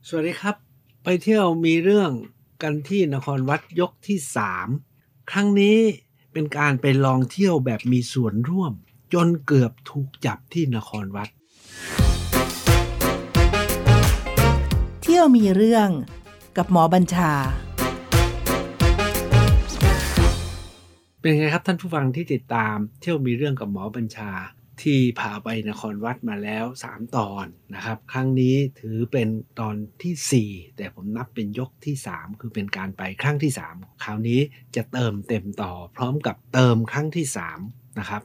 สวัสดีครับไปเที่ยวมีเรื่องกันที่นครวัดยกที่3ครั้งนี้เป็นการไปลองเที่ยวแบบมีส่วนร่วมจนเกือบถูกจับที่นครวัดเที่ยวมีเรื่องกับหมอบัญชาเป็นไงครับท่านผู้ฟังที่ติดตามเที่ยวมีเรื่องกับหมอบัญชาที่พาไปนครวัดมาแล้ว3ตอนนะครับครั้งนี้ถือเป็นตอนที่4แต่ผมนับเป็นยกที่3คือเป็นการไปครั้งที่3คราวนี้จะเติมเต็มต่อพร้อมกับเติมครั้งที่3นะครับ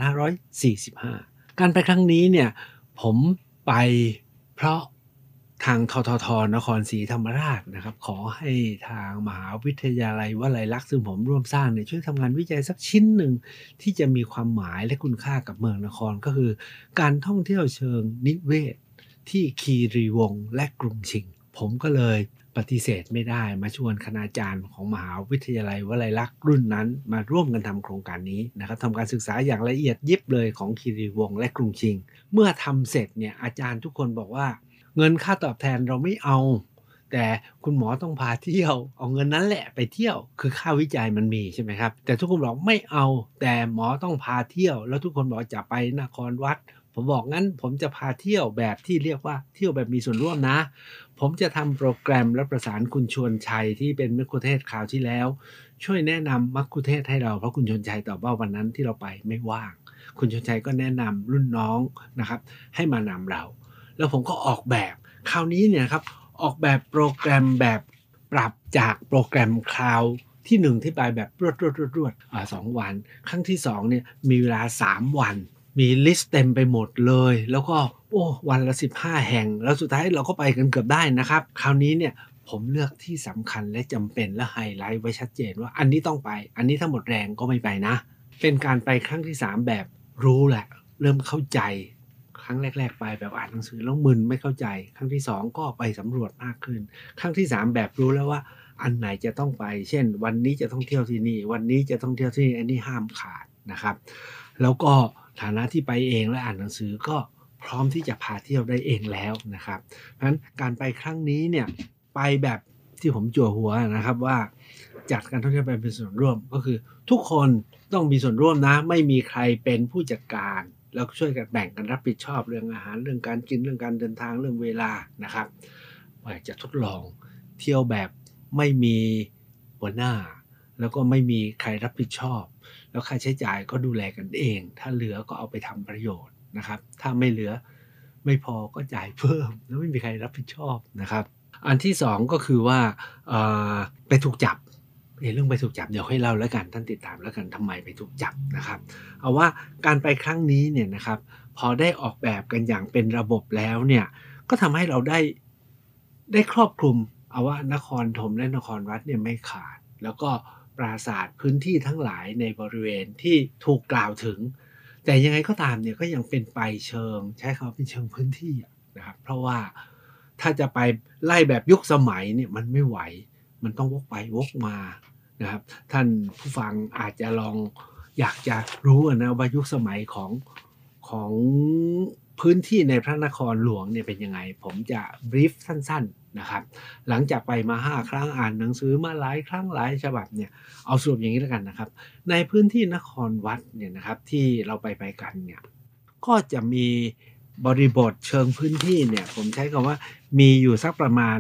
2545การไปครั้งนี้เนี่ยผมไปเพราะทางทททนครศรีธรรมราชนะครับขอให้ทางมหาวิทยาลัยวลัยลักษณ์ซึ่งผมร่วมสร้างเนี่ยช่วยทำงานวิจัยสักชิ้นหนึ่งที่จะมีความหมายและคุณค่ากับเมืองนครก็คือการท่องเที่ยวเชิงนิเวศที่คีรีวงศ์และกรุงชิงผมก็เลยปฏิเสธไม่ได้มาชวนคณาจารย์ของมหาวิทยาลัยวลัยลักษณ์รุ่นนั้นมาร่วมกันทำโครงการนี้นะครับทำการศึกษาอย่างละเอียดยิบเลยของคีรีวงศ์และกรุงชิงเมื่อทำเสร็จเนี่ยอาจารย์ทุกคนบอกว่าเงินค่าตอบแทนเราไม่เอาแต่คุณหมอต้องพาเที่ยวเอาเงินนั้นแหละไปเที่ยวคือค่าวิจัยมันมีใช่ไหมครับแต่ทุกคนบอกไม่เอาแต่หมอต้องพาเที่ยวแล้วทุกคนบอกจะไปนครวัดผมบอกงั้นผมจะพาเที่ยวแบบที่เรียกว่าเที่ยวแบบมีส่วนร่วมนะผมจะทำโปรแกรมและประสานคุณชวนชัยที่เป็นมัคคุเทศคราวที่แล้วช่วยแนะนำมัคคุเทศให้เราเพราะคุณชวนชัยตอบว่าวันนั้นที่เราไปไม่ว่างคุณชวนชัยก็แนะนำรุ่นน้องนะครับให้มานำเราแล้วผมก็ออกแบบคราวนี้เนี่ยครับออกแบบโปรแกรมแบบปรับจากโปรแกรมคราวที่1ที่ไปแบบรวด2วันครั้งที่2เนี่ยมีเวลา3วันมีลิสต์เต็มไปหมดเลยแล้วก็วันละ15แห่งแล้วสุดท้ายเราก็ไปกันเกือบได้นะครับคราวนี้เนี่ยผมเลือกที่สำคัญและจำเป็นและไฮไลท์ไว้ชัดเจนว่าอันนี้ต้องไปอันนี้ถ้าหมดแรงก็ไม่ไปนะเป็นการไปครั้งที่3แบบรู้แหละเริ่มเข้าใจครั้งแรกๆไปแบบอ่านหนังสือแล้วมึนไม่เข้าใจครั้งที่2ก็ไปสำรวจมากขึ้นครั้งที่3แบบรู้แล้วว่าอันไหนจะต้องไปเช่นวันนี้จะต้องเที่ยวที่นี่วันนี้จะต้องเที่ยวที่นี่อันนี้ห้ามขาดนะครับแล้วก็ฐานะที่ไปเองและอ่านหนังสือก็พร้อมที่จะพาเที่ยวได้เองแล้วนะครับเพราะฉะนั้นการไปครั้งนี้เนี่ยไปแบบที่ผมจั่วหัวนะครับว่าจัดการท่องเที่ยวไปเป็นส่วนร่วมก็คือทุกคนต้องมีส่วนร่วมนะไม่มีใครเป็นผู้จัดการแล้วช่วยกันแบ่งกันรับผิดชอบเรื่องอาหารเรื่องการกินเรื่องการเดินทางเรื่องเวลานะครับอยากจะทดลองเที่ยวแบบไม่มีหัวหน้าแล้วก็ไม่มีใครรับผิดชอบแล้วค่าใช้จ่ายก็ดูแลกันเองถ้าเหลือก็เอาไปทำประโยชน์นะครับถ้าไม่เหลือไม่พอก็จ่ายเพิ่มแล้วไม่มีใครรับผิดชอบนะครับอันที่2ก็คือว่าไปถูกจับเรื่องไปถูกจับเดี๋ยวให้เล่าแล้วกันท่านติดตามแล้วกันทำไมไปถูกจับนะครับเอาว่าการไปครั้งนี้เนี่ยนะครับพอได้ออกแบบกันอย่างเป็นระบบแล้วเนี่ยก็ทำให้เราได้ครอบคลุมเอาว่านครธมและนครวัดเนี่ยไม่ขาดแล้วก็ปราสาทพื้นที่ทั้งหลายในบริเวณที่ถูกกล่าวถึงแต่ยังไงก็ตามเนี่ยก็ยังเป็นไปเชิงใช้คำว่าเป็นเชิงพื้นที่นะครับเพราะว่าถ้าจะไปไล่แบบยุคสมัยเนี่ยมันไม่ไหวมันต้องวกไปวกมานะครับท่านผู้ฟังอาจจะลองอยากจะรู้นะว่ายุคสมัยของพื้นที่ในพระนครหลวงเนี่ยเป็นยังไงผมจะบรีฟสั้นๆนะครับหลังจากไปมา5ครั้งอ่านหนังสือมาหลายครั้งหลายฉบับเนี่ยเอาสรุปอย่างนี้แล้วกันนะครับในพื้นที่นครวัดเนี่ยนะครับที่เราไปกันเนี่ยก็จะมีบริบทเชิงพื้นที่เนี่ยผมใช้คำว่ามีอยู่สักประมาณ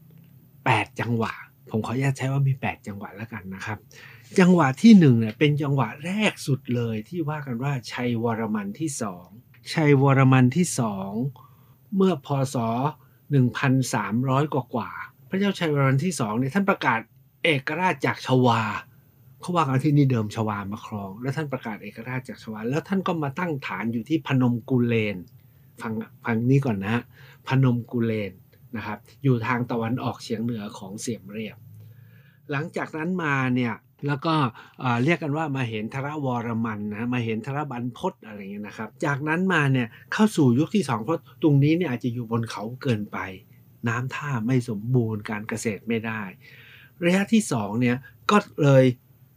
8จังหวะผมขออนุญาตใช้ว่ามี8จังหวะแล้วกันนะครับจังหวะที่1เนี่ยเป็นจังหวะแรกสุดเลยที่ว่ากันว่าชัยวรมันที่2ชัยวรมันที่2เมื่อพศ1,300กว่าพระเจ้าชัยวรมันที่2เนี่ยท่านประกาศเอกราชจากชวาเขาว่ากันที่นี่เดิมชวามาครองแล้วท่านประกาศเอกราชจากชวาแล้วท่านก็มาตั้งฐานอยู่ที่พนมกุเลนฟังนี้ก่อนนะพนมกุเลนนะครับอยู่ทางตะวันออกเฉียงเหนือของเสียมเรียบหลังจากนั้นมาเนี่ยแล้วก็เรียกกันว่ามาเห็นทรวรมันนะมาเห็นทรบันพศอะไรเงี้ยนะครับจากนั้นมาเนี่ยเข้าสู่ยุคที่2เพราะตรงนี้เนี่ยอาจจะอยู่บนเขาเกินไปน้ำท่าไม่สมบูรณ์การเกษตรไม่ได้ระยะที่2เนี่ยก็เลย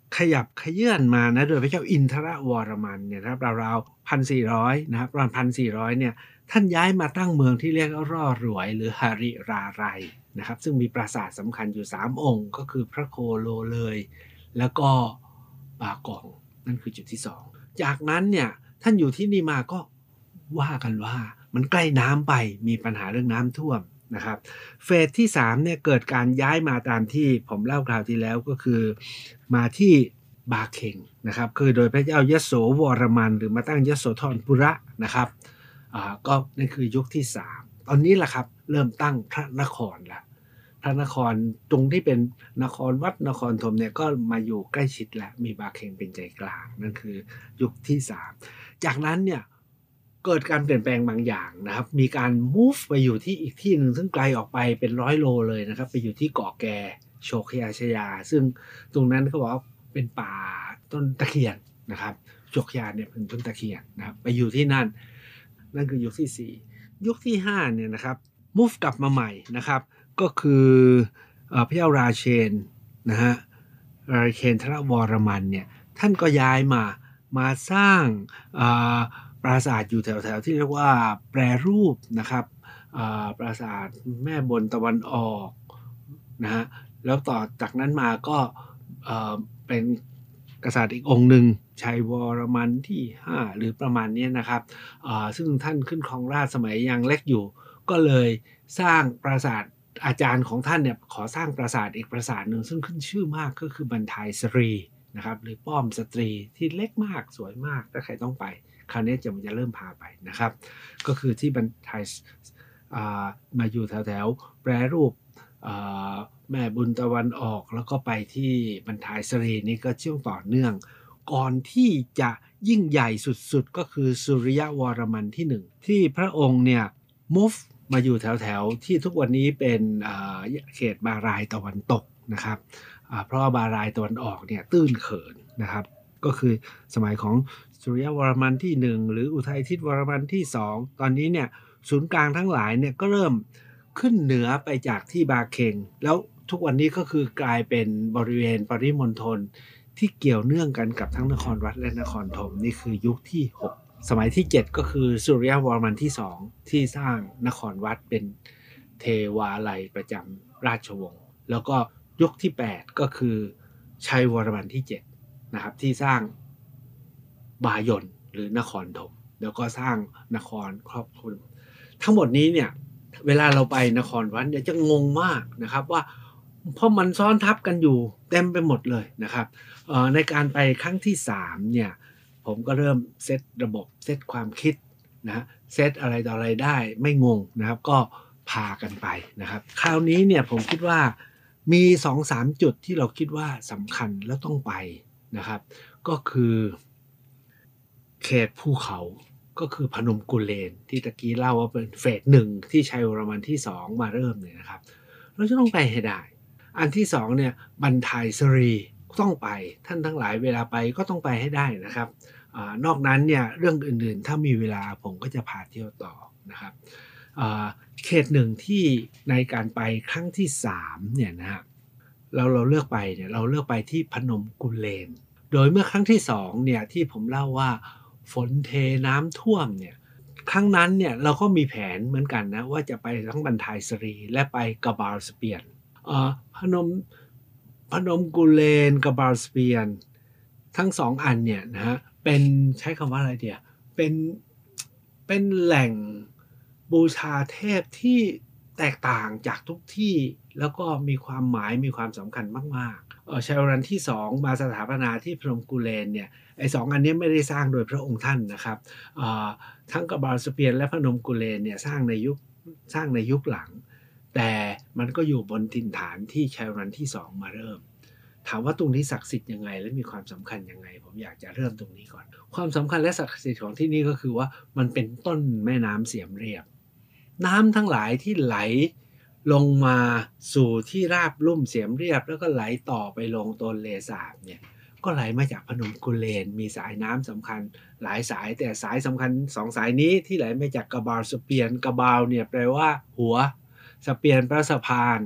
ขยับเขยื่อนมานะโดยพระเจ้าอินทรวรมันเนี่ยนะครับราวๆ1,400นะครับประมาณ1,400เนี่ยท่านย้ายมาตั้งเมืองที่เรียกว่าร่อรวยหรือหริรารัยนะครับซึ่งมีปราสาทสำคัญอยู่3องค์ก็คือพระโคโลเลยแล้วก็บากองนั่นคือจุดที่2จากนั้นเนี่ยท่านอยู่ที่นี่มาก็ว่ากันว่ามันใกล้น้ำไปมีปัญหาเรื่องน้ำท่วมนะครับเฟสที่3เนี่ยเกิดการย้ายมาตามที่ผมเล่าคราวที่แล้วก็คือมาที่บาเคงนะครับคือโดยพระเจ้ายโสวรมันหรือมาตั้งยโสธรปุระนะครับก็นั่นคือยุคที่3ตอนนี้แหละครับเริ่มตั้งพระนครแล้วพระนครตรงที่เป็นนครวัดนครธมเนี่ยก็มาอยู่ใกล้ชิดแล้วมีบาเคงเป็นใจกลางนั่นคือยุคที่3จากนั้นเนี่ยเกิดการเปลี่ยนแปลงบางอย่างนะครับมีการ move ไปอยู่ที่อีกที่หนึ่งซึ่งไกลออกไปเป็น100 โลเลยนะครับไปอยู่ที่เกาะแกโชคยาชยาซึ่งตรงนั้นเขาบอกว่าเป็นป่าต้นตะเคียนนะครับโชคยาเนี่ยเป็นต้นตะเคียนนะครับไปอยู่ที่นั่นคือยุคที่4ยุคที่5เนี่ยนะครับ move กลับมาใหม่นะครับก็คือพระเจ้าราเชนนะฮะราเชนทรวรมันเนี่ยท่านก็ย้ายมาสร้างปราสาทอยู่แถวๆที่เรียกว่าแปรรูปนะครับปราสาทแม่บนตะวันออกนะฮะแล้วต่อจากนั้นมาก็เป็นกษัตริย์อีกองค์หนึ่งชัยวรมันที่5หรือประมาณนี้นะครับซึ่งท่านขึ้นครองราชย์สมัยยังเล็กอยู่ก็เลยสร้างปราสาทอาจารย์ของท่านเนี่ยขอสร้างปราสาทอีกปราสาทหนึ่งซึ่งขึ้นชื่อมากก็คือบรรทายสตรีนะครับหรือป้อมสตรีที่เล็กมากสวยมากถ้าใครต้องไปคราวนี้มันจะเริ่มพาไปนะครับก็คือที่บรรทายมาอยู่แถวๆแปรรูปแม่บุญตะวันออกแล้วก็ไปที่บรรทายสรีนี่ก็ช่วงต่อเนื่องก่อนที่จะยิ่งใหญ่สุดๆก็คือสุริยวรมันที่1ที่พระองค์เนี่ย move มาอยู่แถวๆที่ทุกวันนี้เป็นเขตบารายตะวันตกนะครับเพราะว่าบารายตะวันออกเนี่ยตื้นเขินนะครับก็คือสมัยของสุริยวรมันที่1หรืออุทัยทิตวรมันที่2ตอนนี้เนี่ยศูนย์กลางทั้งหลายเนี่ยก็เริ่มขึ้นเหนือไปจากที่บาเคงแล้วทุกวันนี้ก็คือกลายเป็นบริเวณปริมณฑลที่เกี่ยวเนื่องกันกับทั้งนครวัดและนครธมนี่คือยุคที่6สมัยที่7ก็คือสุริยวรมันที่2ที่สร้างนครวัดเป็นเทวาลัยประจำราชวงศ์แล้วก็ยุคที่8ก็คือชัยวรมันที่7นะครับที่สร้างบายนหรือนครธมแล้วก็สร้างนครครอบคลุมทั้งหมดนี้เนี่ยเวลาเราไปนครวัดเนี่ยจะงงมากนะครับว่าเพราะมันซ้อนทับกันอยู่เต็มไปหมดเลยนะครับในการไปครั้งที่3เนี่ยผมก็เริ่มเซตระบบเซตความคิดนะเซตอะไรต่ออะไรได้ไม่งงนะครับก็พากันไปนะครับคราวนี้เนี่ยผมคิดว่ามี 2-3 จุดที่เราคิดว่าสำคัญแล้วต้องไปนะครับก็คือเขตภูเขาก็คือพนมกุเลนที่ตะกี้เล่าว่าเป็นเฟส1ที่ชัยวรมันที่2มาเริ่มเนี่ยนะครับเราจะต้องไปให้ได้อันที่2เนี่ยบรรทายสรีต้องไปท่านทั้งหลายเวลาไปก็ต้องไปให้ได้นะครับนอกนั้นเนี่ยเรื่องอื่นๆถ้ามีเวลาผมก็จะพาเที่ยวต่อนะครับเขตหนึ่งที่ในการไปครั้งที่3เนี่ยนะฮะเราเลือกไปเนี่ยเราเลือกไปที่พนมกุเลนโดยเมื่อครั้งที่2เนี่ยที่ผมเล่าว่าฝนเทน้ำท่วมเนี่ยครั้งนั้นเนี่ยเราก็มีแผนเหมือนกันนะว่าจะไปทั้งบรรทายสรีและไปกะบาลสเปียนพนมกุเลนกะบาลสเปียนทั้ง2อันเนี่ยนะฮะเป็นใช้คำว่าอะไรเดียวเป็นแหล่งบูชาเทพที่แตกต่างจากทุกที่แล้วก็มีความหมายมีความสำคัญมากๆชัยวรมันที่2มาสถาปนาที่พนมกุเลนเนี่ยไอ้2อันนี้ไม่ได้สร้างโดยพระองค์ท่านนะครับทั้งกะบาลสเปียนและพนมกุเลนเนี่ยสร้างในยุคหลังแต่มันก็อยู่บนถิ่นฐานที่ชัยวรมันที่2มาเริ่มถามว่าตรงนี้ศักดิ์สิทธิ์ยังไงและมีความสำคัญยังไงผมอยากจะเริ่มตรงนี้ก่อนความสำคัญและศักดิ์สิทธิ์ของที่นี่ก็คือว่ามันเป็นต้นแม่น้ำเสียมเรียบน้ำทั้งหลายที่ไหลลงมาสู่ที่ราบลุ่มเสียมเรียบแล้วก็ไหลต่อไปลงตนเลสาบเนี่ยก็ไหลมาจากพนมกุเลนมีสายน้ำสำคัญหลายสายแต่สายสำคัญ2สายนี้ที่ไหลมาจากกะบาลสเปียนกะบาลเนี่ยแปลว่าหัวสเปียนแปลว่าสะพาน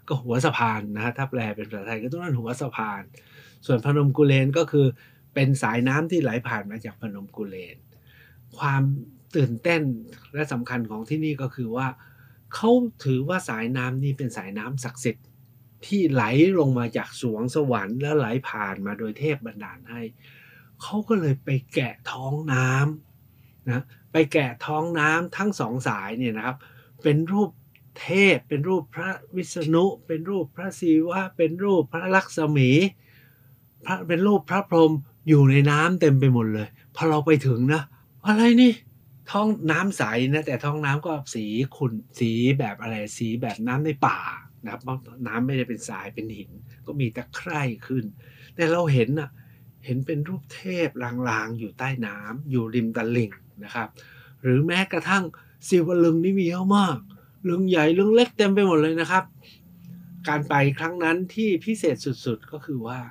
ก็หัวสะพานนะฮะถ้าแปลเป็นภาษาไทยก็ต้องนั่นหัวสะพานส่วนพนมกุเลนก็คือเป็นสายน้ำที่ไหลผ่านมาจากพนมกุเลนความตื่นเต้นและสำคัญของที่นี่ก็คือว่าเขาถือว่าสายน้ำนี้เป็นสายน้ำศักดิ์สิทธิ์ที่ไหลลงมาจากสวงสวรรค์แล้วไหลผ่านมาโดยเทพบันดาลให้เขาก็เลยไปแกะท้องน้ำนะไปแกะท้องน้ำทั้งสองสายเนี่ยนะครับเป็นรูปเทพเป็นรูปพระวิษณุเป็นรูปพระศิวะเป็นรูปพระลักษมีเป็นรูปพระพรหมอยู่ในน้ำเต็มไปหมดเลยพอเราไปถึงนะอะไรนี่ท้องน้ำใสนะแต่ท้องน้ำก็สีขุ่นสีแบบอะไรสีแบบน้ำในป่านะครับน้ำไม่ได้เป็นทรายเป็นหินก็มีตะไคร่ขึ้นแต่เราเห็นเป็นรูปเทพลางๆอยู่ใต้น้ำอยู่ริมตลิ่งนะครับหรือแม้กระทั่งศิวลึงนี่มีเยอะมากลึงใหญ่ลึงเล็กเต็มไปหมดเลยนะครับการไปครั้งนั้นที่พิเศษสุดๆก็คือว่า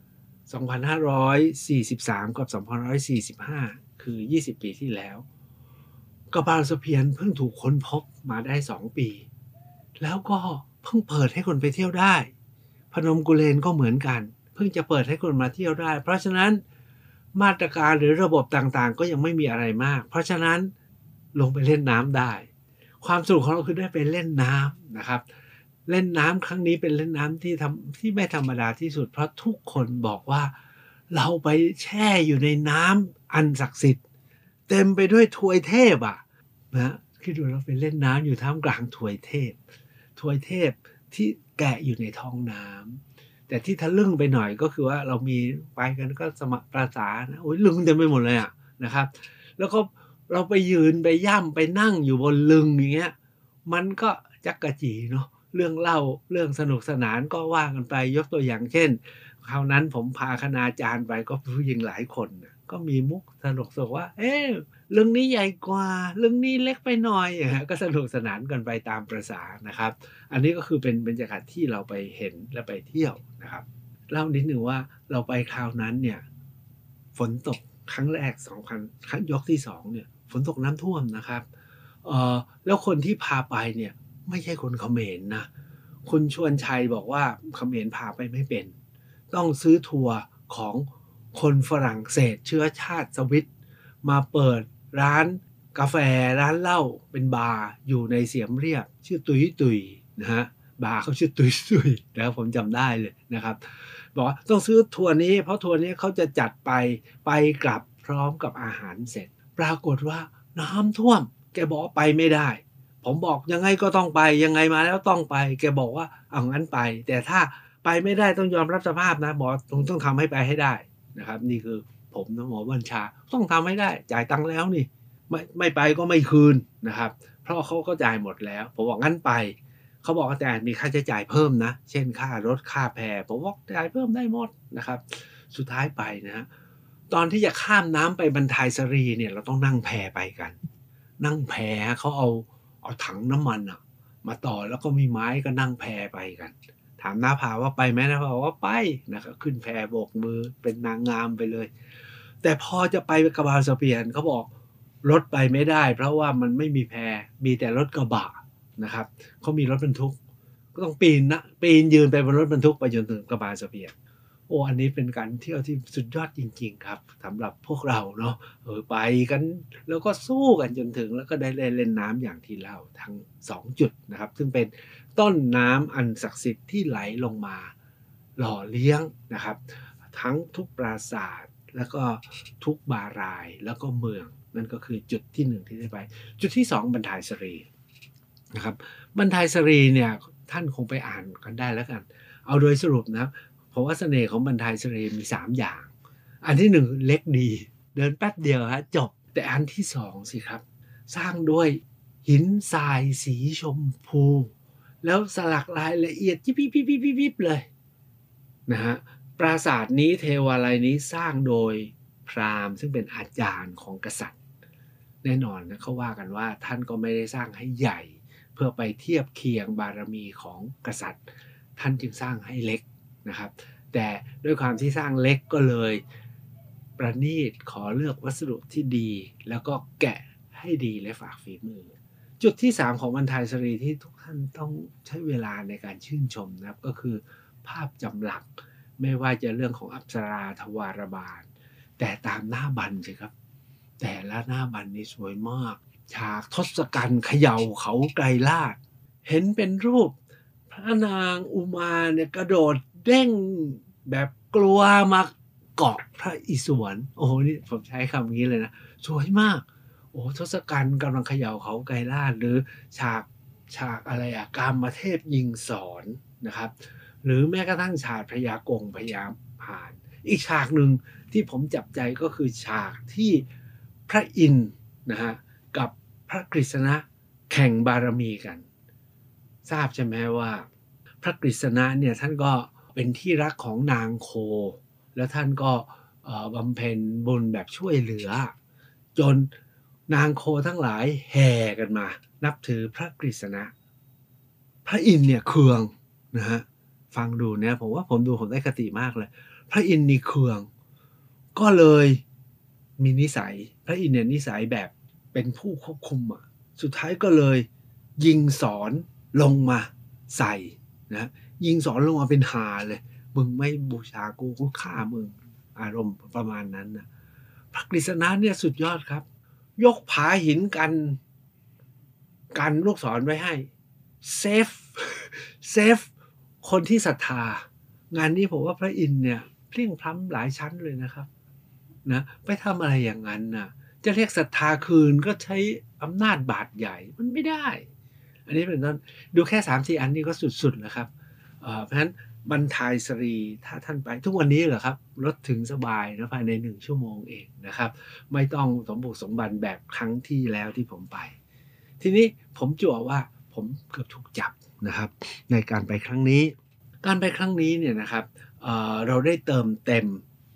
2543กับ2545คือ20ปีที่แล้วกระบาลสะเพียนเพิ่งถูกค้นพบมาได้2ปีแล้วก็เพิ่งเปิดให้คนไปเที่ยวได้พนมกุเลนก็เหมือนกันเพิ่งจะเปิดให้คนมาเที่ยวได้เพราะฉะนั้นมาตรการหรือระบบต่างๆก็ยังไม่มีอะไรมากเพราะฉะนั้นลงไปเล่นน้ำได้ความสนุกของเราคือได้ไปเล่นน้ำนะครับเล่นน้ำครั้งนี้เป็นเล่นน้ำที่ไม่ธรรมดาที่สุดเพราะทุกคนบอกว่าเราไปแช่อยู่ในน้ำอันศักดิ์สิทธิ์เต็มไปด้วยทวยเทพนะคิดดูเราไปเล่นน้ำอยู่ท่ามกลางทวยเทพที่แกะอยู่ในท้องน้ำแต่ที่ทะลึ่งไปหน่อยก็คือว่าเรามีไปกันก็สมัครประสานะโอ้ยลึงเต็มไปหมดเลยนะครับแล้วก็เราไปยืนไปย่ำไปนั่งอยู่บนลึงอย่างเงี้ยมันก็จักกะจีเนาะเรื่องเล่าเรื่องสนุกสนานก็ว่ากันไปยกตัวอย่างเช่นคราวนั้นผมพาคณาจารย์ไปก็ผู้หญิงหลายคนก็มีมุกสนุกว่าเรื่องนี้ใหญ่กว่าเรื่องนี้เล็กไปหน่อยก็สนุกสนานกันไปตามประสานะครับอันนี้ก็คือเป็นบรรยากาศที่เราไปเห็นและไปเที่ยวนะครับเล่านิดหนึ่งว่าเราไปคราวนั้นเนี่ยฝนตกครั้งแรกครั้งยกที่2เนี่ยฝนตกน้ำท่วมนะครับแล้วคนที่พาไปเนี่ยไม่ใช่คนเขมรนะคุณชวนชัยบอกว่าเขมรพาไปไม่เป็นต้องซื้อทัวร์ของคนฝรั่งเศสเชื้อชาติสวิตมาเปิดร้านกาแฟร้านเหล้าเป็นบาร์อยู่ในเสียมเรียบชื่อตุยนะฮะบาร์เขาชื่อตุยนะครับผมจำได้เลยนะครับบอกว่าต้องซื้อทัวร์นี้เพราะทัวร์นี้เขาจะจัดไปกลับพร้อมกับอาหารเสร็จปรากฏว่าน้ำท่วมแกบอกไปไม่ได้ผมบอกยังไงก็ต้องไปยังไงมาแล้วต้องไปแกบอกว่าเอางั้นไปแต่ถ้าไปไม่ได้ต้องยอมรับสภาพนะบอกต้องทำให้ไปให้ได้นะครับนี่คือผมนะหมอบัญชาต้องทำให้ได้จ่ายตังค์แล้วนี่ไม่ไปก็ไม่คืนนะครับเพราะเขาก็จ่ายหมดแล้วผมบอกงั้นไปเขาบอกว่าแต่มีค่าใช้จ่ายเพิ่มนะเช่นค่ารถค่าแพผมบอกจ่ายเพิ่มได้หมดนะครับสุดท้ายไปนะตอนที่จะข้ามน้ำไปบรรทายสรีเนี่ยเราต้องนั่งแพไปกันนั่งแพเขาเอาถังน้ำมันมาต่อแล้วก็มีไม้ก็นั่งแพไปกันถามน้าผาว่าไปไหมน้าผาว่าไปนะครับขึ้นแพโบกมือเป็นนางงามไปเลยแต่พอจะไปกระบาลสะเพียนเขาบอกรถไปไม่ได้เพราะว่ามันไม่มีแพมีแต่รถกระบะนะครับเขามีรถบรรทุกก็ต้องปีนยืนไปบนรถบรรทุกไปจนถึงกระบาลสะเพียนโอ้อันนี้เป็นการเที่ยวที่สุดยอดจริงๆครับสำหรับพวกเราเนาะไปกันแล้วก็สู้กันจนถึงแล้วก็ได้เล่นน้ำอย่างที่เล่าทั้ง2จุดนะครับซึ่งเป็นต้นน้ำอันศักดิ์สิทธิ์ที่ไหลลงมาหล่อเลี้ยงนะครับทั้งทุกปราสาทแล้วก็ทุกบารายแล้วก็เมืองนั่นก็คือจุดที่1ที่ได้ไปจุดที่2บรรทายสรีนะครับบรรทายสรีเนี่ยท่านคงไปอ่านกันได้แล้วกันเอาโดยสรุปนะครับเพราะว่าเสน่ห์ของบรรทายสรีมี3อย่างอันที่1เล็กดีเดินแป๊บเดียวจบแต่อันที่2สิครับสร้างด้วยหินทรายสีชมพูแล้วสลักรายละเอียดยิบเลยนะฮะปราสาทนี้เทวาลัยนี้สร้างโดยพราหมณ์ซึ่งเป็นอาจารย์ของกษัตริย์แน่นอนนะเขาว่ากันว่าท่านก็ไม่ได้สร้างให้ใหญ่เพื่อไปเทียบเคียงบารมีของกษัตริย์ท่านจึงสร้างให้เล็กนะครับแต่ด้วยความที่สร้างเล็กก็เลยประณีตขอเลือกวัสดุที่ดีแล้วก็แกะให้ดีและฝากฝีมือจุดที่3ของบรรทายสรีที่ทุกท่านต้องใช้เวลาในการชื่นชมนะครับก็คือภาพจำหลักไม่ว่าจะเรื่องของอัปสราทวารบาลแต่ตามหน้าบันสิครับแต่ละหน้าบันนี่สวยมากฉากทศกัณฐ์เขย่าเขาไกรลาศเห็นเป็นรูปพระนางอุมาเนี่ยกระโดดเด้งแบบกลัวมาเกาะพระอิศวรโอ้โหนี่ผมใช้คำนี้เลยนะสวยมากโอ้ทศกัณฐ์กำลังเขย่าเขาไกรลาศหรือฉากอะไรอะกามเทพยิงสอนนะครับหรือแม้กระทั่งฉากพญากงพญาผ่านอีกฉากหนึ่งที่ผมจับใจก็คือฉากที่พระอินทร์นะฮะกับพระกฤษณะแข่งบารมีกันทราบใช่ไหมว่าพระกฤษณะเนี่ยท่านก็เป็นที่รักของนางโคแล้วท่านก็บำเพ็ญบุญแบบช่วยเหลือจนนางโคทั้งหลายแห่กันมานับถือพระกฤษณะพระอินทร์เนี่ยเคืองนะฮะฟังดูเนี่ยผมว่าผมได้คติมากเลยพระอินทร์นี่เคืองก็เลยมีนิสัยพระอินทร์เนี่ยนิสัยแบบเป็นผู้ควบคุมสุดท้ายก็เลยยิงสอนลงมาใส่นะยิงสอนลงมาเป็นหาเลยมึงไม่บูชากูฆ่ามึงอารมณ์ประมาณนั้นนะพระกฤษณะเนี่ยสุดยอดครับยกผาหินกันลูกศรไว้ให้เซฟคนที่ศรัทธางานนี้ผมว่าพระอินทร์เนี่ยเพลียงพล้ำหลายชั้นเลยนะครับนะไปทำอะไรอย่างนั้นนะจะเรียกศรัทธาคืนก็ใช้อำนาจบาดใหญ่มันไม่ได้อันนี้เป็นต้นดูแค่ 3-4 อันนี้ก็สุดๆแล้วครับเพราะฉะนั้นบรรทายสรีถ้าท่านไปทุกวันนี้เหรอครับรถถึงสบายนะภายใน1ชั่วโมงเองนะครับไม่ต้องสมบุกสมบันแบบครั้งที่แล้วที่ผมไปทีนี้ผมจั่วว่าผมเกือบถูกจับนะครับในการไปครั้งนี้เนี่ยนะครับเราได้เติมเต็ม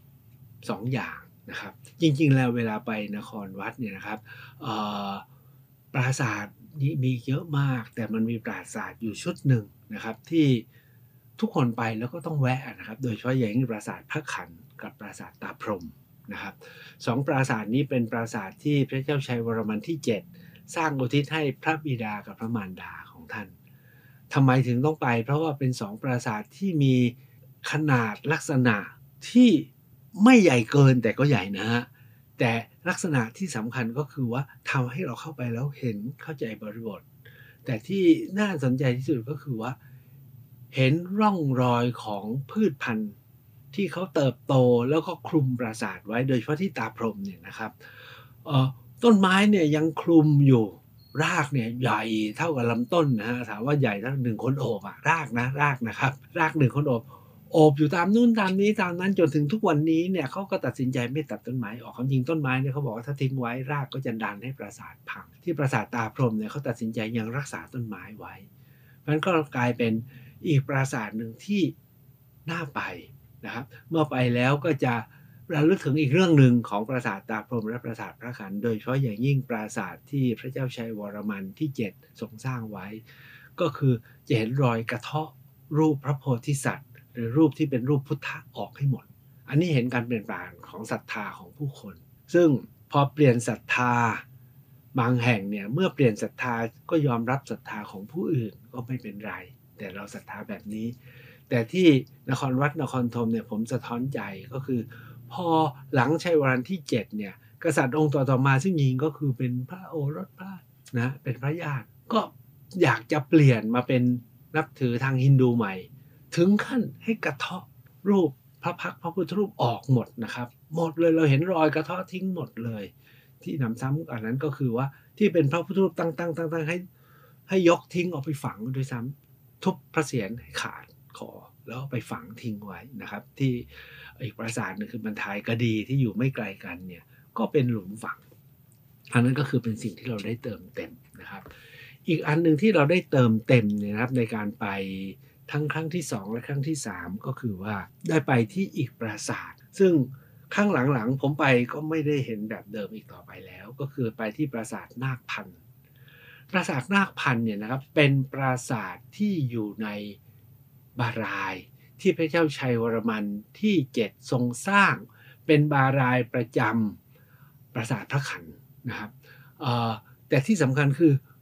2อย่างนะครับจริงๆแล้วเวลาไปนครวัดเนี่ยนะครับปราสาทมีเยอะมากแต่มันมีปราสาทอยู่ชุดหนึ่งนะครับที่ทุกคนไปแล้วก็ต้องแวะนะครับโดยเฉพาะอย่างยิ่งปราสาทพระขันกับปราสาทตาพรหมนะครับ2ปราสาทนี้เป็นปราสาทที่พระเจ้าชัยวรมันที่7สร้างอุทิศให้พระบิดากับพระมารดาของท่านทำไมถึงต้องไปเพราะว่าเป็น2ปราสาทที่มีขนาดลักษณะที่ไม่ใหญ่เกินแต่ก็ใหญ่นะฮะแต่ลักษณะที่สำคัญก็คือว่าทำให้เราเข้าไปแล้วเห็นเข้าใจบริบทแต่ที่น่าสนใจที่สุดก็คือว่าเห็นร่องรอยของพืชพันธุ์ที่เขาเติบโตแล้วก็คลุมปราสาทไว้โดยเฉพาะที่ตาพรหมเนี่ยนะครับต้นไม้เนี่ยยังคลุมอยู่รากเนี่ยใหญ่เท่ากับลำต้นนะฮะถามว่าใหญ่เท่า1คนโอบรากนะครับราก1คนโอบอยู่ตามนู่นตามนี้ตามนั้นจนถึงทุกวันนี้เนี่ยเขาก็ตัดสินใจไม่ตัดต้นไม้ออกความจริงต้นไม้เนี่ยเขาบอกว่าถ้าทิ้งไว้รากก็จะดันให้ปราสาทพังที่ปราสาทตาพรหมเนี่ยเขาตัดสินใจยังรักษาต้นไม้ไว้มันก็กลายเป็นอีกปราสาทหนึ่งที่น่าไปนะครับเมื่อไปแล้วก็จะระลึกถึงอีกเรื่องหนึ่งของปราสาทตาพรหมและปราสาทพระขันโดยเฉพาะอย่างยิ่งปราสาทที่พระเจ้าชัยวรมันที่7ทรงสร้างไว้ก็คือจะเห็นรอยกระเทาะรูปพระโพธิสัตว์หรือรูปที่เป็นรูปพุทธะออกให้หมดอันนี้เห็นการเปลี่ยนแปลงของศรัทธาของผู้คนซึ่งพอเปลี่ยนศรัทธาบางแห่งเนี่ยเมื่อเปลี่ยนศรัทธาก็ยอมรับศรัทธาของผู้อื่นก็ไม่เป็นไรแต่เราศรัทธาแบบนี้แต่ที่นครวัดนครธมเนี่ยผมสะท้อนใจก็คือพอหลังชัยวรมันที่7เนี่ยกษัตริย์องค์ต่อมาซึ่งยิงก็คือเป็นพระโอรสพระนะเป็นพระญาติก็อยากจะเปลี่ยนมาเป็นนับถือทางฮินดูใหม่ถึงขั้นให้กระเทาะรูปพระพักตร์พระพุทธรูปออกหมดนะครับหมดเลยเราเห็นรอยกระเทาะทิ้งหมดเลยที่นำซ้ำอันนั้นก็คือว่าที่เป็นพระพุทธรูปตั้งให้ยกทิ้งออกไปฝังด้วยซ้ำทุบพระเศียรให้ขาดคอแล้วไปฝังทิ้งไว้นะครับที่อีกปราสาทนึงคือบรรทายกดีที่อยู่ไม่ไกลกันเนี่ยก็เป็นหลุมฝังอันนั้นก็คือเป็นสิ่งที่เราได้เติมเต็มนะครับอีกอันนึงที่เราได้เติมเต็มเนี่ยนะครับในการไปทั้งครั้งที่2และครั้งที่3ก็คือว่าได้ไปที่อีกปราสาทซึ่งข้างหลังๆผมไปก็ไม่ได้เห็นแบบเดิมอีกต่อไปแล้วก็คือไปที่ปราสาทนาคพันธ์ปราสาทนาคพันธ์เนี่ยนะครับเป็นปราสาทที่อยู่ในบารายที่พระเจ้าชัยวรมันที่7ทรงสร้างเป็นบารายประจำปราสาทพระขันธ์นะครับแต่ที่สำคัญคือ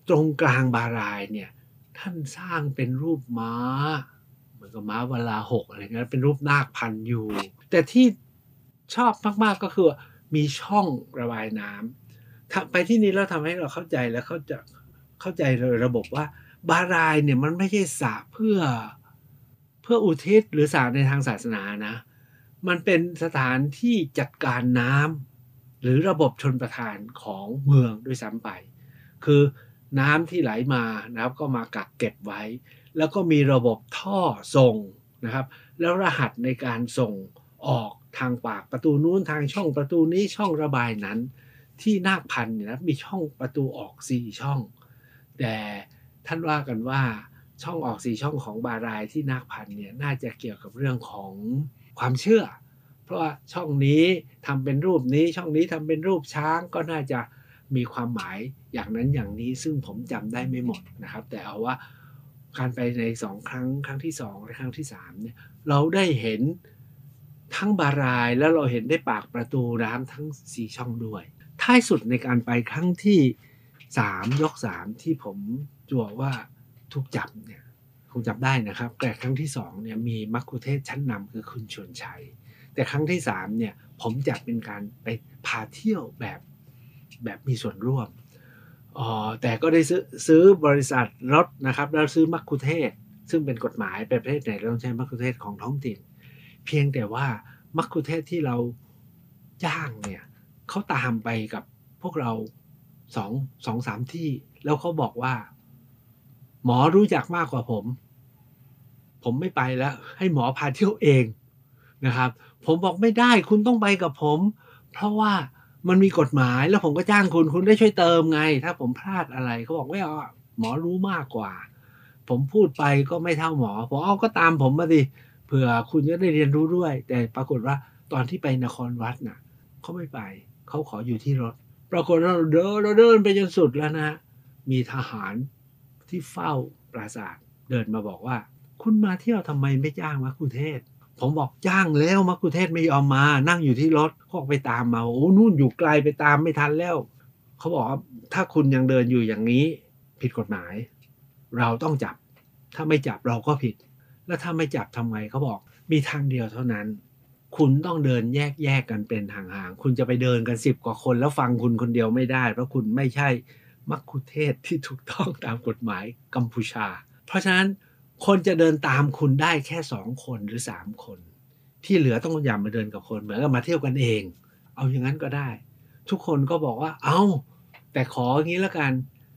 ตรงกลางบารายเนี่ยท่านสร้างเป็นรูปม้าเหมือนกับม้าวลาหกอะไรเงี้ยเป็นรูปนาคพันอยู่แต่ที่ชอบมากๆก็คือมีช่องระบายน้ำไปที่นี้แล้วทำให้เราเข้าใจและเข้าใจเลยระบบว่าบารายเนี่ยมันไม่ใช่สระเพื่ออุทิศหรือสระในทางศาสนานะมันเป็นสถานที่จัดการน้ำหรือระบบชลประทานของเมืองด้วยซ้ำไปคือน้ำที่ไหลมานะครับก็มากักเก็บไว้แล้วก็มีระบบท่อส่งนะครับแล้วรหัสในการส่งออกทางปากประตูนู้นทางช่องประตูนี้ช่องระบายนั้นที่นาคพันเนี่ยนะมีช่องประตูออก4ช่องแต่ท่านว่ากันว่าช่องออก4ช่องของบารายที่นาคพันเนี่ยน่าจะเกี่ยวกับเรื่องของความเชื่อเพราะว่าช่องนี้ทำเป็นรูปนี้ช่องนี้ทำเป็นรูปช้างก็น่าจะมีความหมายอย่างนั้นอย่างนี้ซึ่งผมจำได้ไม่หมดนะครับแต่เอาว่าการไปใน2ครั้งที่2และครั้งที่3เนี่ยเราได้เห็นทั้งบารายแล้วเราเห็นได้ปากประตูน้ำทั้ง4ช่องด้วยท้ายสุดในการไปครั้งที่3ยก3ที่ผมจั่วว่าถูกจับเนี่ยคงจับได้นะครับแต่ครั้งที่2เนี่ยมีมัคคุเทศก์ชั้นนำคือคุณชวนชัยแต่ครั้งที่3เนี่ยผมจัดเป็นการไปพาเที่ยวแบบมีส่วนร่วมแต่ก็ได้ซื้อบริษัทรถนะครับแล้วซื้อมัคคุเทศก์ซึ่งเป็นกฎหมายประเทศไหนต้องใช้มัคคุเทศก์ของท้องถิ่นเพียงแต่ว่ามัคคุเทศก์ที่เราจ้างเนี่ยเขาตามไปกับพวกเรา2-3ที่แล้วเขาบอกว่าหมอรู้จักมากกว่าผมไม่ไปแล้วให้หมอพาเที่ยวเองนะครับผมบอกไม่ได้คุณต้องไปกับผมเพราะว่ามันมีกฎหมายแล้วผมก็จ้างคุณได้ช่วยเติมไงถ้าผมพลาดอะไรเขาบอกไม่เอาหมอรู้มากกว่าผมพูดไปก็ไม่เท่าหมอผมเอาก็ตามผมมาดิเผื่อคุณจะได้เรียนรู้ด้วยแต่ปรากฏว่าตอนที่ไปนครวัดน่ะเขาไม่ไปเขาขออยู่ที่รถปรากฏว่าเราเดินไปจนสุดแล้วนะมีทหารที่เฝ้าปราสาทเดินมาบอกว่าคุณมาเที่ยวทำไมไม่จ้างมัคคุเทศก์ผมบอกจ้างแล้วมัคคุเทศก์ไม่ยอมมานั่งอยู่ที่รถเขาบอกไปตามมาโอ้นู่นอยู่ไกลไปตามไม่ทันแล้วเขาบอกว่าถ้าคุณยังเดินอยู่อย่างนี้ผิดกฎหมายเราต้องจับถ้าไม่จับเราก็ผิดแล้วถ้าไม่จับทำไงเขาบอกมีทางเดียวเท่านั้นคุณต้องเดินแยกกันเป็นห่างๆคุณจะไปเดินกัน10กว่าคนแล้วฟังคุณคนเดียวไม่ได้เพราะคุณไม่ใช่มัคคุเทศก์ที่ถูกต้องตามกฎหมายกัมพูชาเพราะฉะนั้นคนจะเดินตามคุณได้แค่2คนหรือ3คนที่เหลือต้องอย่ามาเดินกับคนเหมือนกับมาเที่ยวกันเองเอาอย่างนั้นก็ได้ทุกคนก็บอกว่าเอาแต่ขออย่างนี้แล้วกัน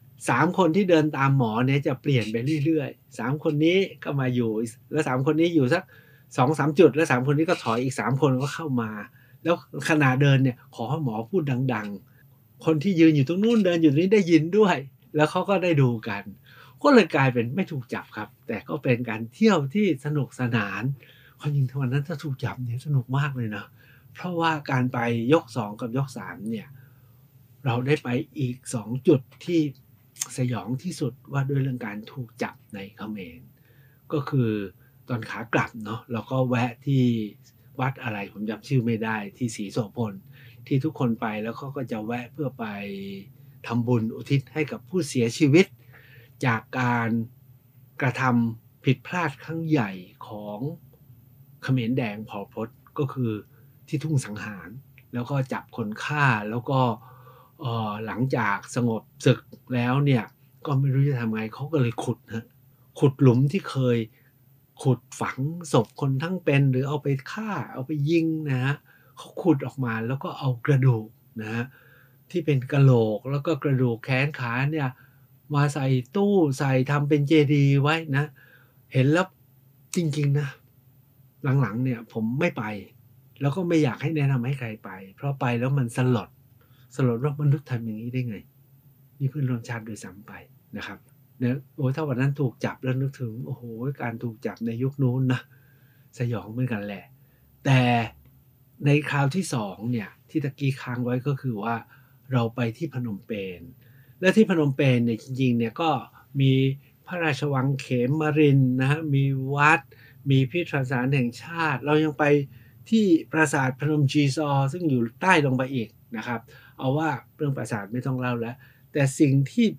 3คนที่เดินตามหมอเนี่ยจะเปลี่ยนไปเรื่อยๆ3คนนี้ก็มาอยู่แล้ว3คนนี้อยู่สัก 2-3 จุดแล้ว3คนนี้ก็ถอยอีก3คนก็เข้ามาแล้วขณะเดินเนี่ยขอให้หมอพูดดังๆคนที่ยืนอยู่ตรงนู้นเดินอยู่ตรงนี้ได้ยินด้วยแล้วเขาก็ได้ดูกันก็เลยกลายเป็นไม่ถูกจับครับแต่ก็เป็นการเที่ยวที่สนุกสนานความจริงวันนั้นถ้าถูกจับเนี่ยสนุกมากเลยนะเพราะว่าการไปยก2กับยก3เนี่ยเราได้ไปอีก2จุดที่สยองที่สุดว่าด้วยเรื่องการถูกจับในเขมรก็คือตอนขากลับเนาะเราก็แวะที่วัดอะไรผมจำชื่อไม่ได้ที่ศรีโสพลที่ทุกคนไปแล้วเขาก็จะแวะเพื่อไปทำบุญอุทิศให้กับผู้เสียชีวิตจากการกระทำผิดพลาดครั้งใหญ่ของเขมรแดงพอพดก็คือที่ทุ่งสังหารแล้วก็จับคนฆ่าแล้วก็หลังจากสงบศึกแล้วเนี่ยก็ไม่รู้จะทำไงเขาก็เลยขุดหลุมที่เคยขุดฝังศพคนทั้งเป็นหรือเอาไปฆ่าเอาไปยิงนะฮะเขาขุดออกมาแล้วก็เอากระดูกนะฮะที่เป็นกะโหลกแล้วก็กระดูกแขนขาเนี่ยมาใส่ตู้ใส่ทำเป็นเจดีย์ไว้นะเห็นแล้วจริงๆนะหลังๆเนี่ยผมไม่ไปแล้วก็ไม่อยากให้แนะนำให้ใครไปเพราะไปแล้วมันสลดว่ามนุษย์ทำอย่างนี้ได้ไงนี่เพื่อนร่วมชาติโดยซ้ำไปนะครับเนี่ยโอ้ถ้าวันนั้นถูกจับแล้วนึกถึงโอ้โหการถูกจับในยุคนู้นนะสยองเหมือนกันแหละแต่ในคราวที่2เนี่ยที่ตะกี้ค้างไว้ก็คือว่าเราไปที่พนมเปญและที่พนมเปญเนี่ยจริงๆเนี่ยก็มีพระราชวังเขมรินทร์นะฮะมีวัดมีพิพิธภัณฑ์แห่งชาติเรายังไปที่ปราสาทพนมจีซอซึ่งอยู่ใต้ลงไปอีกนะครับเอาว่าเรื่องปราสาทไม่ต้องเล่าแล้วแต่สิ่งที่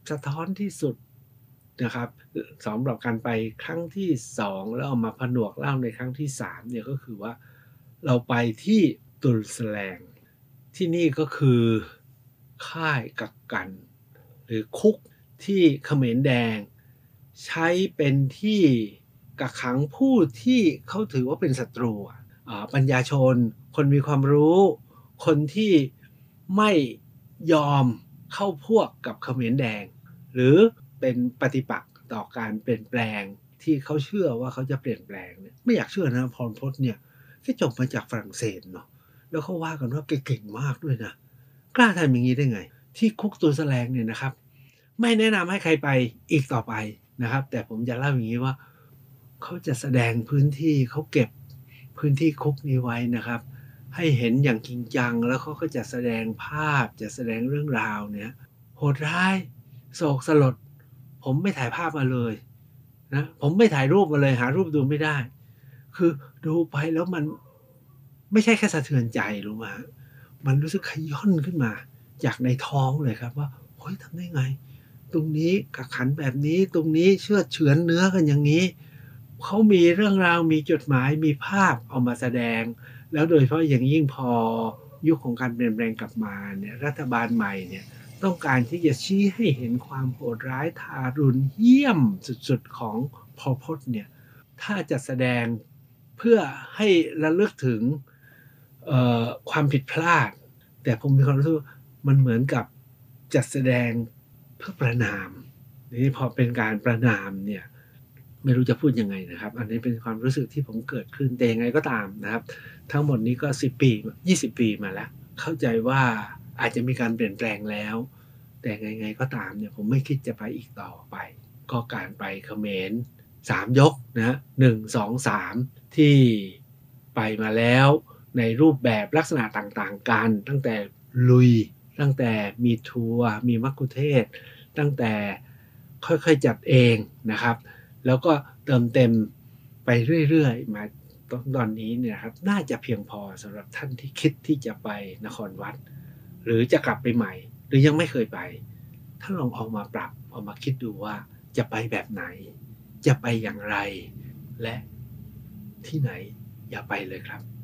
สะท้อนที่สุดนะครับสำหรับการไปครั้งที่2แล้วเอามาผนวกเล่าในครั้งที่3เนี่ยก็คือว่าเราไปที่ตุลสแลงที่นี่ก็คือค่ายกักกันหรือคุกที่เขมรแดงใช้เป็นที่กักขังผู้ที่เขาถือว่าเป็นศัตรูปัญญาชนคนมีความรู้คนที่ไม่ยอมเข้าพวกกับเขมรแดงหรือเป็นปฏิปักษ์ต่อการเปลี่ยนแปลงที่เขาเชื่อว่าเขาจะเปลี่ยนแปลงเนี่ยไม่อยากเชื่อนะพรพจน์เนี่ยแค่จบมาจากฝรั่งเศสเนาะแล้วเขาว่ากันว่าเก่งมากด้วยนะกล้าทำอย่างนี้ได้ไงที่คุกตุลสแลงเนี่ยนะครับไม่แนะนำให้ใครไปอีกต่อไปนะครับแต่ผมจะเล่าอย่างนี้ว่าเขาจะแสดงพื้นที่เขาเก็บพื้นที่คุกนี้ไว้นะครับให้เห็นอย่างจริงจังแล้วเขาก็จะแสดงภาพจะแสดงเรื่องราวเนี่ยโหดร้ายโศกสลดผมไม่ถ่ายภาพมาเลยนะผมไม่ถ่ายรูปมาเลยหารูปดูไม่ได้คือดูไปแล้วมันไม่ใช่แค่สะเทือนใจรู้ไหมมันรู้สึกขย้อนขึ้นมาจากในท้องเลยครับว่าเฮ้ยทำได้ไงตรงนี้กักขังแบบนี้ตรงนี้เชือดเฉือนเนื้อกันอย่างนี้เขามีเรื่องราวมีจดหมายมีภาพเอามาแสดงแล้วโดยเฉพาะอย่างยิ่งพอยุคของการเปลี่ยนแปลงกลับมาเนี่ยรัฐบาลใหม่เนี่ยต้องการที่จะชี้ให้เห็นความโหดร้ายทารุณเหี้ยมสุดๆของพอล พอตเนี่ยถ้าจะแสดงเพื่อให้ระลึกถึงความผิดพลาดแต่ผมมีความรู้สึกมันเหมือนกับจัดแสดงเพื่อประนามนี่พอเป็นการประนามเนี่ยไม่รู้จะพูดยังไงนะครับอันนี้เป็นความรู้สึกที่ผมเกิดขึ้นแต่ยังไงก็ตามนะครับทั้งหมดนี้ก็10 ปี20 ปีมาแล้วเข้าใจว่าอาจจะมีการเปลี่ยนแปลงแล้วแต่ไงก็ตามเนี่ยผมไม่คิดจะไปอีกต่อไปก็การไปเขมร3 ยกนะ1 2 3ที่ไปมาแล้วในรูปแบบลักษณะต่างๆกันตั้งแต่ลุยตั้งแต่มีทัวร์มีมัคคุเทศก์ตั้งแต่ค่อยๆจัดเองนะครับแล้วก็เติมเต็มไปเรื่อยๆมาตอนนี้เนี่ยครับน่าจะเพียงพอสำหรับท่านที่คิดที่จะไปนครวัดหรือจะกลับไปใหม่หรือยังไม่เคยไปท่านลองเอามาปรับเอามาคิดดูว่าจะไปแบบไหนจะไปอย่างไรและที่ไหนอย่าไปเลยครับ